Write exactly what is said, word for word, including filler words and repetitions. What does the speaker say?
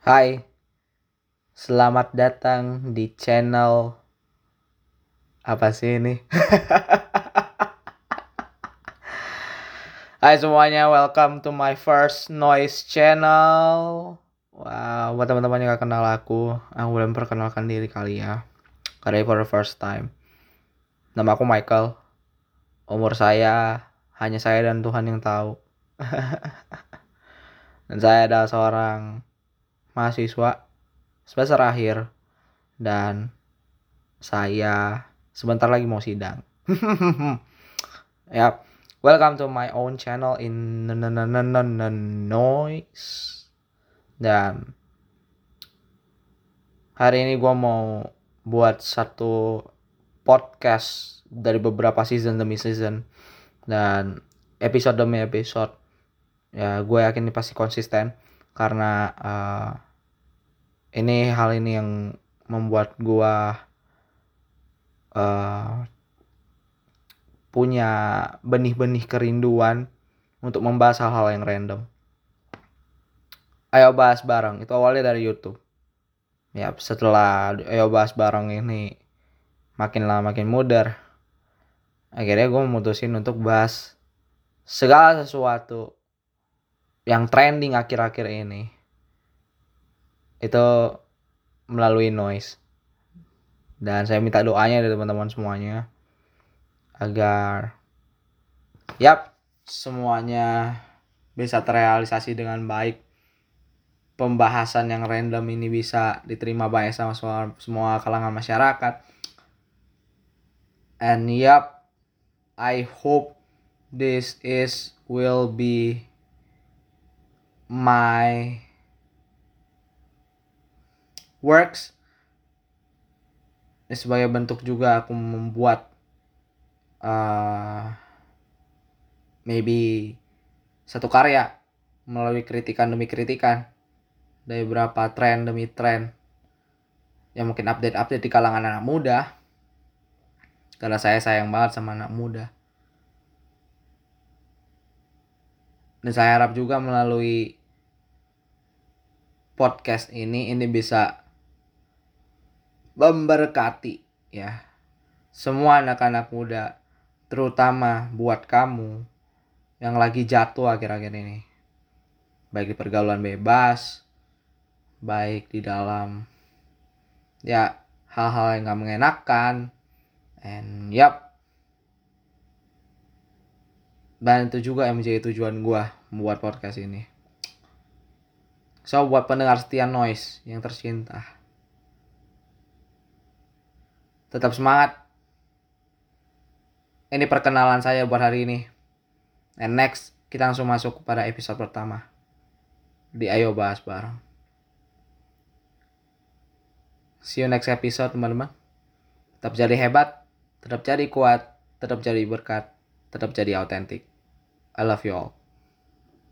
Hai, selamat datang di channel apa sih ini? Hai semuanya, welcome to my first noise channel. Wow, buat teman-teman yang gak kenal aku, aku boleh memperkenalkan diri kali ya. Karena for the first time. Nama aku Michael. Umur saya hanya saya dan Tuhan yang tahu. Dan saya adalah seorang mahasiswa semester akhir dan saya sebentar lagi mau sidang. Yap, welcome to my own channel in noise. Dan hari ini gue mau buat satu podcast dari beberapa season demi season dan episode demi episode. Ya, gue yakin ini pasti konsisten karena uh, ini hal ini yang membuat gue uh, punya benih-benih kerinduan untuk membahas hal-hal yang random. Ayo bahas bareng, itu awalnya dari YouTube. Ya, setelah ayo bahas bareng ini makin lama makin mudar, akhirnya gue memutusin untuk bahas segala sesuatu yang trending akhir-akhir ini itu melalui noise. Dan saya minta doanya dari teman-teman semuanya agar yap semuanya bisa terrealisasi dengan baik. Pembahasan yang random ini bisa diterima baik sama semua, semua kalangan masyarakat. And yep, I hope this is will be my works. Ini sebagai bentuk juga aku membuat uh, maybe satu karya melalui kritikan demi kritikan dari beberapa tren demi tren yang mungkin update-update di kalangan anak muda, karena saya sayang banget sama anak muda. Dan saya harap juga melalui podcast ini ini bisa memberkati ya semua anak-anak muda, terutama buat kamu yang lagi jatuh akhir-akhir ini, baik di pergaulan bebas, baik di dalam ya hal-hal yang gak mengenakan. And yap, dan itu juga yang menjadi tujuan gue membuat podcast ini. So buat pendengar setia noise yang tercinta, tetap semangat. Ini perkenalan saya buat hari ini. And next kita langsung masuk pada episode pertama di Ayo Bahas Bareng. See you next episode teman-teman. Tetap jadi hebat, tetap jadi kuat, tetap jadi berkat, tetap jadi autentik. I love you all.